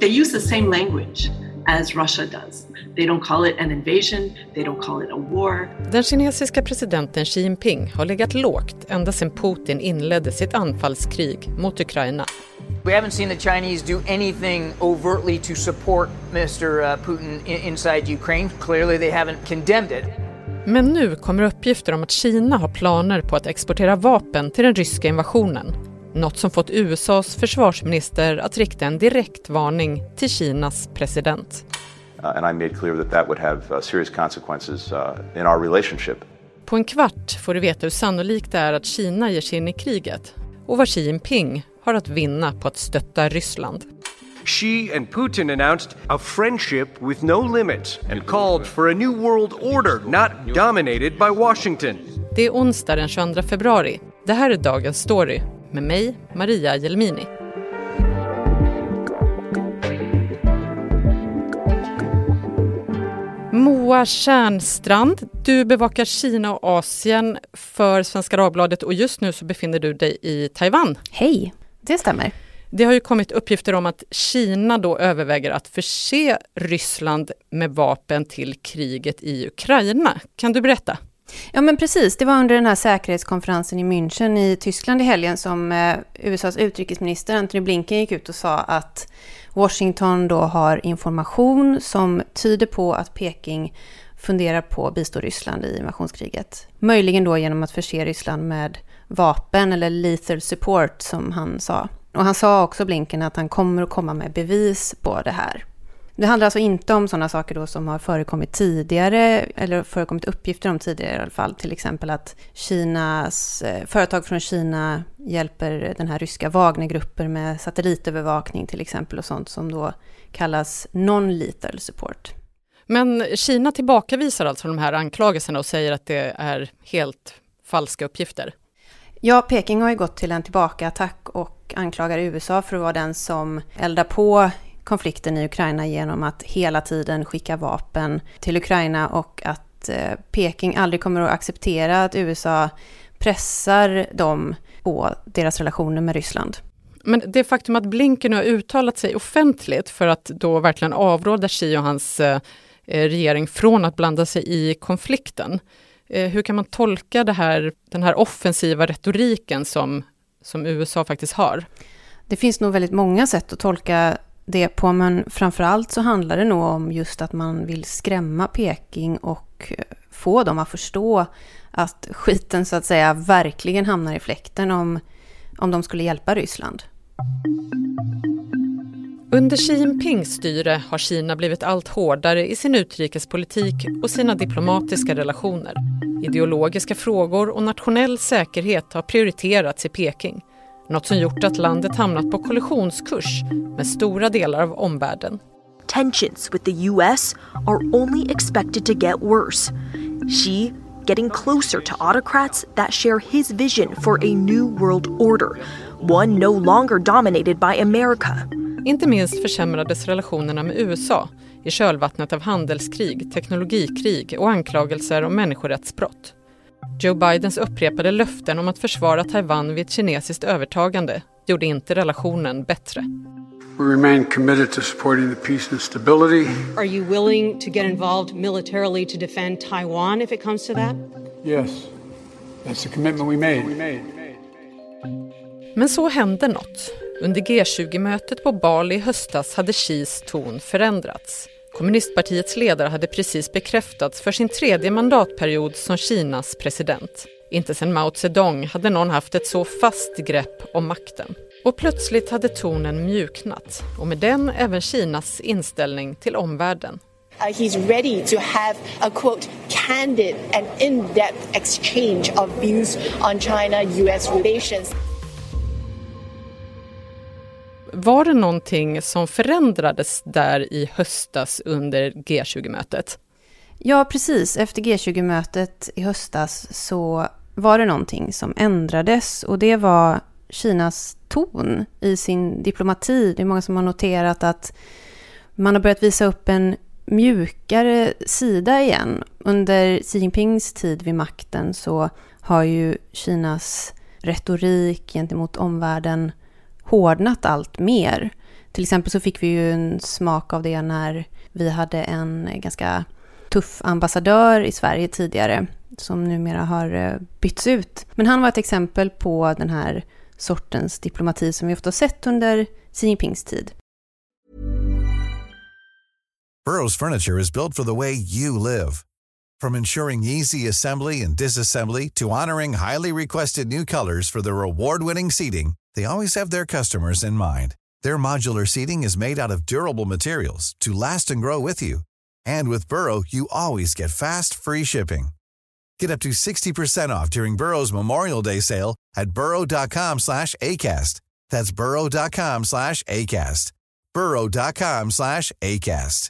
they use the same language as Russia does. They don't call it an invasion, they don't call it a war. Den kinesiska presidenten Xi Jinping har legat lågt ända sedan Putin inledde sitt anfallskrig mot Ukraina. We haven't seen the Chinese do anything overtly to support Mr. Putin inside Ukraine. Clearly they haven't condemned it. Men nu kommer uppgifter om att Kina har planer på att exportera vapen till den ryska invasionen. Något som fått USAs försvarsminister att rikta en direkt varning till Kinas president. And I made clear that would have serious consequences in our relationship. På en kvart får du veta hur sannolikt det är att Kina ger sig in i kriget och vad Xi Jinping har att vinna på att stötta Ryssland. Xi and Putin announced a friendship with no limits and called for a new world order not dominated by Washington. Det är onsdag den 22 februari. Det här är dagens story med mig, Maria Jelmini. Moa Tjärnstrand, du bevakar Kina och Asien för Svenska Dagbladet och just nu så befinner du dig i Taiwan. Hej, det stämmer. Det har ju kommit uppgifter om att Kina då överväger att förse Ryssland med vapen till kriget i Ukraina. Kan du berätta? Ja men precis, det var under den här säkerhetskonferensen i München i Tyskland i helgen som USAs utrikesminister Antony Blinken gick ut och sa att Washington då har information som tyder på att Peking funderar på att bistå Ryssland i invasionskriget. Möjligen då genom att förse Ryssland med vapen eller lethal support som han sa. Och han sa också Blinken att han kommer att komma med bevis på det här. Det handlar alltså inte om sådana saker då som har förekommit tidigare eller förekommit uppgifter om tidigare i alla fall. Till exempel att företag från Kina hjälper den här ryska Wagnergrupper med satellitövervakning till exempel och sånt som då kallas non-lethal support. Men Kina tillbakavisar alltså de här anklagelserna och säger att det är helt falska uppgifter. Ja, Peking har ju gått till en tillbakaattack och anklagar USA för att vara den som eldar på konflikten i Ukraina genom att hela tiden skicka vapen till Ukraina och att Peking aldrig kommer att acceptera att USA pressar dem på deras relationer med Ryssland. Men det faktum att Blinken har uttalat sig offentligt för att då verkligen avråda Xi och hans regering från att blanda sig i konflikten. Hur kan man tolka den här offensiva retoriken som USA faktiskt har? Det finns nog väldigt många sätt att tolka det på, men framförallt så handlar det nog om just att man vill skrämma Peking och få dem att förstå att skiten så att säga verkligen hamnar i fläkten om de skulle hjälpa Ryssland. Under Xi Jinpings styre har Kina blivit allt hårdare i sin utrikespolitik och sina diplomatiska relationer. Ideologiska frågor och nationell säkerhet har prioriterats i Peking. Något som gjort att landet hamnat på kollisionskurs med stora delar av omvärlden. Tensions with the US are only expected to get worse. Xi getting closer to autocrats that share his vision for a new world order, one no longer dominated by America. Inte minst försämrades relationerna med USA i kölvattnet av handelskrig, teknologikrig och anklagelser om människorättsbrott. Joe Bidens upprepade löften om att försvara Taiwan vid ett kinesiskt övertagande gjorde inte relationen bättre. We remain committed to supporting the peace and stability. Are you willing to get involved militarily to defend Taiwan if it comes to that? Yes. That's the commitment we made. Men så hände något. Under G20-mötet på Bali i höstas hade Xis ton förändrats. Kommunistpartiets ledare hade precis bekräftats för sin 3:e mandatperiod som Kinas president. Inte sedan Mao Zedong hade någon haft ett så fast grepp om makten. Och plötsligt hade tonen mjuknat, och med den även Kinas inställning till omvärlden. He's ready to have a, quote, candid and in-depth exchange of views on China-US relations. Var det någonting som förändrades där i höstas under G20-mötet? Ja, precis. Efter G20-mötet i höstas så var det någonting som ändrades, och det var Kinas ton i sin diplomati. Det är många som har noterat att man har börjat visa upp en mjukare sida igen. Under Xi Jinpings tid vid makten så har ju Kinas retorik gentemot omvärlden hårdnat allt mer. Till exempel så fick vi ju en smak av det när vi hade en ganska tuff ambassadör i Sverige tidigare som numera har bytts ut. Men han var ett exempel på den här sortens diplomati som vi ofta sett under Xi Jinpings tid. Burrow's furniture is built for the way you live. From ensuring easy assembly and disassembly to honoring highly requested new colors for their award-winning seating, they always have their customers in mind. Their modular seating is made out of durable materials to last and grow with you. And with Burrow, you always get fast, free shipping. Get up to 60% off during Burrow's Memorial Day sale at burrow.com/ACAST. That's burrow.com/ACAST. burrow.com/ACAST.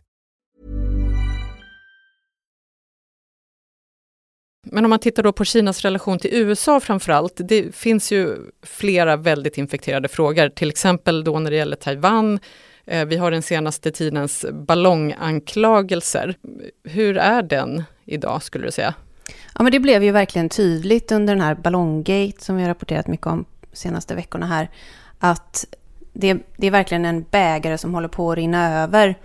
Men om man tittar då på Kinas relation till USA framförallt, det finns ju flera väldigt infekterade frågor. Till exempel då när det gäller Taiwan. Vi har den senaste tidens ballonganklagelser. Hur är den idag skulle du säga? Ja, men det blev ju verkligen tydligt under den här ballonggate som vi har rapporterat mycket om de senaste veckorna här. Att det är verkligen en bägare som håller på att rinna över.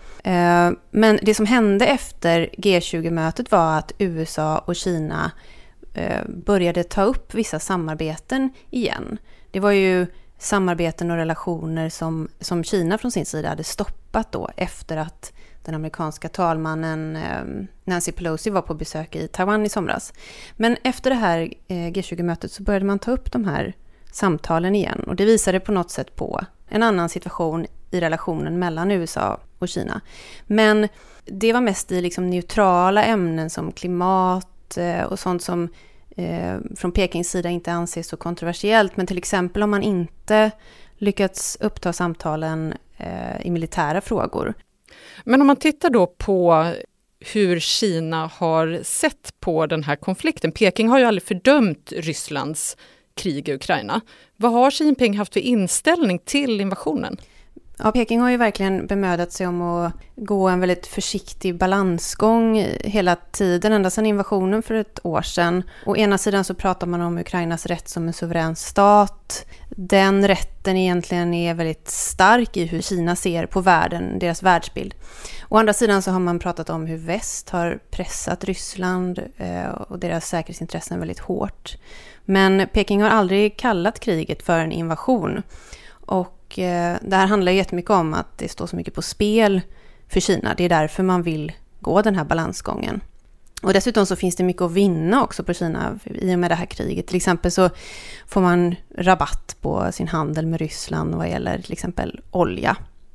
Men det som hände efter G20-mötet var att USA och Kina började ta upp vissa samarbeten igen. Det var ju samarbeten och relationer som Kina från sin sida hade stoppat då efter att den amerikanska talmannen Nancy Pelosi var på besök i Taiwan i somras. Men efter det här G20-mötet så började man ta upp de här samtalen igen. Och det visade på något sätt på en annan situation i relationen mellan USA och Kina. Men det var mest i liksom neutrala ämnen som klimat och sånt som från Pekings sida inte anses så kontroversiellt. Men till exempel om man inte lyckats uppta samtalen i militära frågor. Men om man tittar då på hur Kina har sett på den här konflikten. Peking har ju aldrig fördömt Rysslands krig i Ukraina. Vad har Xi Jinping haft för inställning till invasionen? Ja, Peking har ju verkligen bemödat sig om att gå en väldigt försiktig balansgång hela tiden, ända sedan invasionen för ett år sedan. Å ena sidan så pratar man om Ukrainas rätt som en suverän stat. Den rätten egentligen är väldigt stark i hur Kina ser på världen, deras världsbild. Å andra sidan så har man pratat om hur väst har pressat Ryssland och deras säkerhetsintressen väldigt hårt. Men Peking har aldrig kallat kriget för en invasion. Och det här handlar jättemycket om att det står så mycket på spel för Kina. Det är därför man vill gå den här balansgången. Och dessutom så finns det mycket att vinna också på Kina i och med det här kriget. Till exempel så får man rabatt på sin handel med Ryssland vad gäller till exempel olja.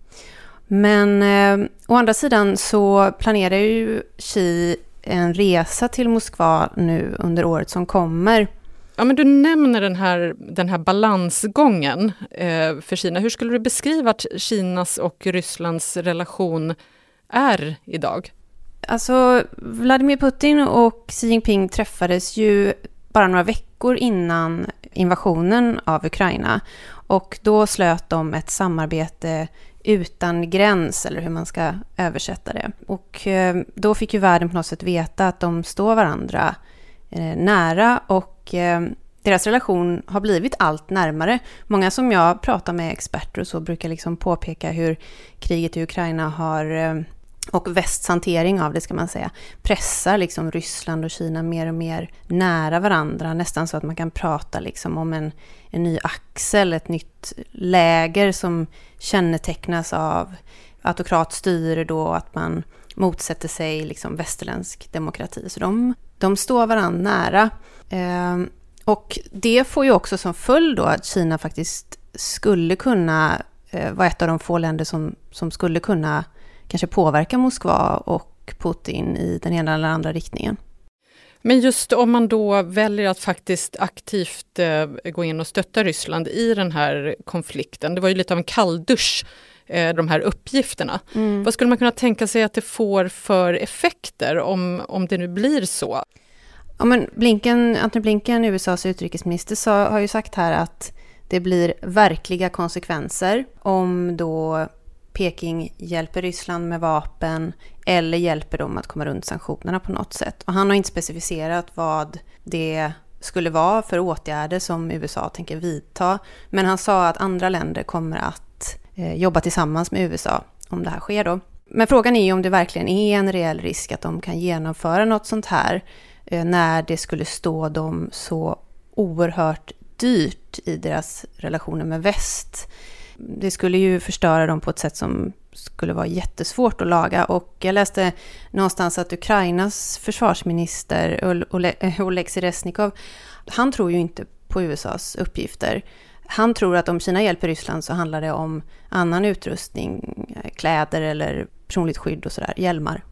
Men å andra sidan så planerar ju Xi en resa till Moskva nu under året som kommer. Ja, men du nämner den här balansgången för Kina. Hur skulle du beskriva att Kinas och Rysslands relation är idag? Alltså, Vladimir Putin och Xi Jinping träffades ju bara några veckor innan invasionen av Ukraina. Och då slöt de ett samarbete utan gräns, eller hur man ska översätta det. Och då fick ju världen på något sätt veta att de står varandra nära och deras relation har blivit allt närmare. Många som jag pratar med experter och så brukar liksom påpeka hur kriget i Ukraina har, och västs hantering av det ska man säga, pressar liksom Ryssland och Kina mer och mer nära varandra. Nästan så att man kan prata liksom om en ny axel, ett nytt läger som kännetecknas av autokratstyre då, att man motsätter sig liksom västerländsk demokrati. Så de står varandra nära. Och det får ju också som följd då att Kina faktiskt skulle kunna vara ett av de få länder som skulle kunna kanske påverka Moskva och Putin i den ena eller andra riktningen. Men just om man då väljer att faktiskt aktivt gå in och stötta Ryssland i den här konflikten. Det var ju lite av en kalldusch, de här uppgifterna. Vad skulle man kunna tänka sig att det får för effekter om det nu blir så? Ja, men Antony Blinken, USAs utrikesminister, har ju sagt här att det blir verkliga konsekvenser om då Peking hjälper Ryssland med vapen eller hjälper dem att komma runt sanktionerna på något sätt. Och han har inte specificerat vad det skulle vara för åtgärder som USA tänker vidta. Men han sa att andra länder kommer att jobba tillsammans med USA om det här sker då. Men frågan är ju om det verkligen är en reell risk att de kan genomföra något sånt här när det skulle stå dem så oerhört dyrt i deras relationer med väst. Det skulle ju förstöra dem på ett sätt som skulle vara jättesvårt att laga. Och jag läste någonstans att Ukrainas försvarsminister Oleksiy Reznikov, han tror ju inte på USAs uppgifter. Han tror att om Kina hjälper Ryssland så handlar det om annan utrustning, kläder eller personligt skydd och sådär, hjälmar.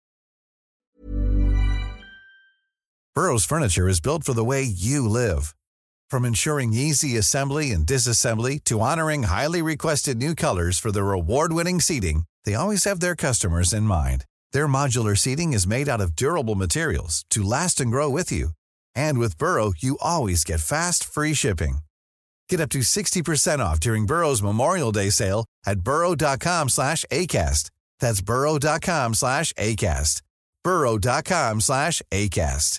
Burrow's furniture is built for the way you live. From ensuring easy assembly and disassembly to honoring highly requested new colors for their award-winning seating, they always have their customers in mind. Their modular seating is made out of durable materials to last and grow with you. And with Burrow, you always get fast, free shipping. Get up to 60% off during Burrow's Memorial Day sale at burrow.com/ACAST. That's burrow.com/ACAST. burrow.com/ACAST.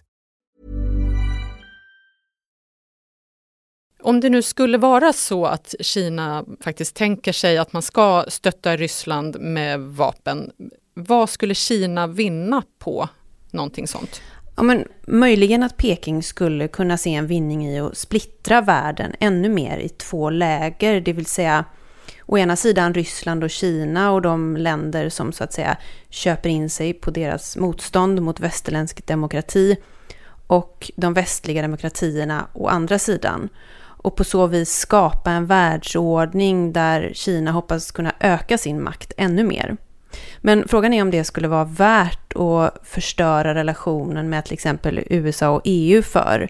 Om det nu skulle vara så att Kina faktiskt tänker sig att man ska stötta Ryssland med vapen, vad skulle Kina vinna på någonting sånt? Ja, men möjligen att Peking skulle kunna se en vinning i att splittra världen ännu mer i två läger, det vill säga å ena sidan Ryssland och Kina och de länder som så att säga köper in sig på deras motstånd mot västerländsk demokrati, och de västliga demokratierna å andra sidan. Och på så vis skapa en världsordning där Kina hoppas kunna öka sin makt ännu mer. Men frågan är om det skulle vara värt att förstöra relationen med till exempel USA och EU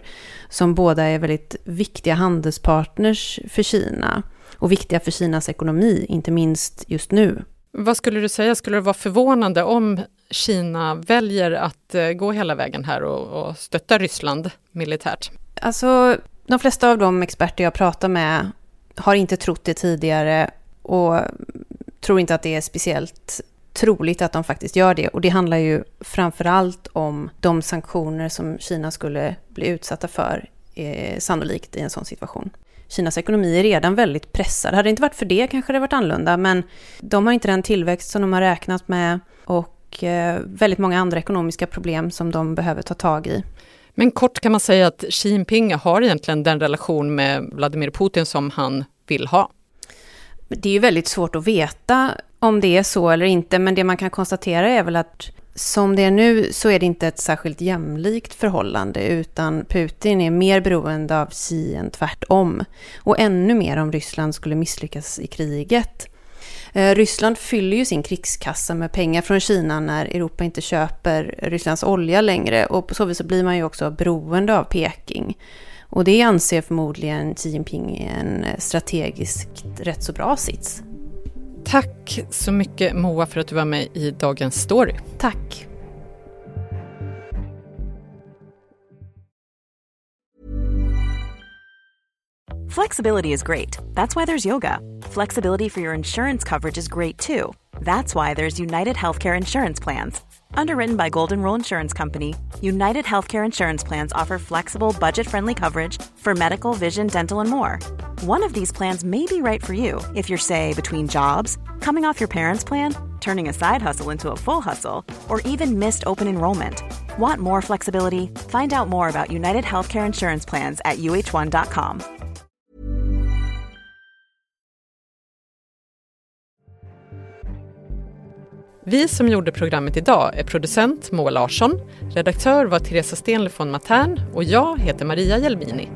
som båda är väldigt viktiga handelspartners för Kina och viktiga för Kinas ekonomi, inte minst just nu. Vad skulle du säga? Skulle det vara förvånande om Kina väljer att gå hela vägen här och stötta Ryssland militärt? Alltså, de flesta av de experter jag pratar med har inte trott det tidigare och tror inte att det är speciellt troligt att de faktiskt gör det. Och det handlar ju framförallt om de sanktioner som Kina skulle bli utsatta för sannolikt i en sån situation. Kinas ekonomi är redan väldigt pressad. Hade det inte varit för det kanske det varit annorlunda, men de har inte den tillväxt som de har räknat med och väldigt många andra ekonomiska problem som de behöver ta tag i. Men kort kan man säga att Xi Jinping har egentligen den relation med Vladimir Putin som han vill ha. Det är ju väldigt svårt att veta om det är så eller inte, men det man kan konstatera är väl att som det är nu så är det inte ett särskilt jämlikt förhållande, utan Putin är mer beroende av Xi än tvärtom. Och ännu mer om Ryssland skulle misslyckas i kriget. Ryssland fyller ju sin krigskassa med pengar från Kina när Europa inte köper Rysslands olja längre, och på så vis så blir man ju också beroende av Peking. Och det anser förmodligen Xi Jinping är en strategiskt rätt så bra sits. Tack så mycket Moa för att du var med i Dagens Story. Tack. Flexibility is great. That's why there's yoga. Flexibility for your insurance coverage is great too. That's why there's United Healthcare Insurance Plans. Underwritten by Golden Rule Insurance Company, United Healthcare Insurance Plans offer flexible, budget-friendly coverage for medical, vision, dental, and more. One of these plans may be right for you if you're, say, between jobs, coming off your parents' plan, turning a side hustle into a full hustle, or even missed open enrollment. Want more flexibility? Find out more about United Healthcare Insurance Plans at uh1.com. Vi som gjorde programmet idag är producent Moa Larsson, redaktör var Teresa Stenle von Matern och jag heter Maria Jelmini.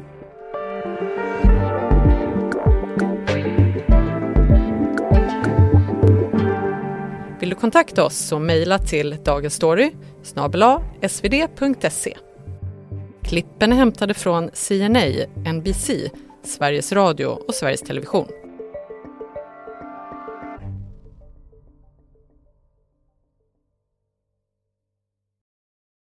Vill du kontakta oss så mejla till dagensstory@svd.se. Klippen är hämtade från CNA, NBC, Sveriges Radio och Sveriges Television.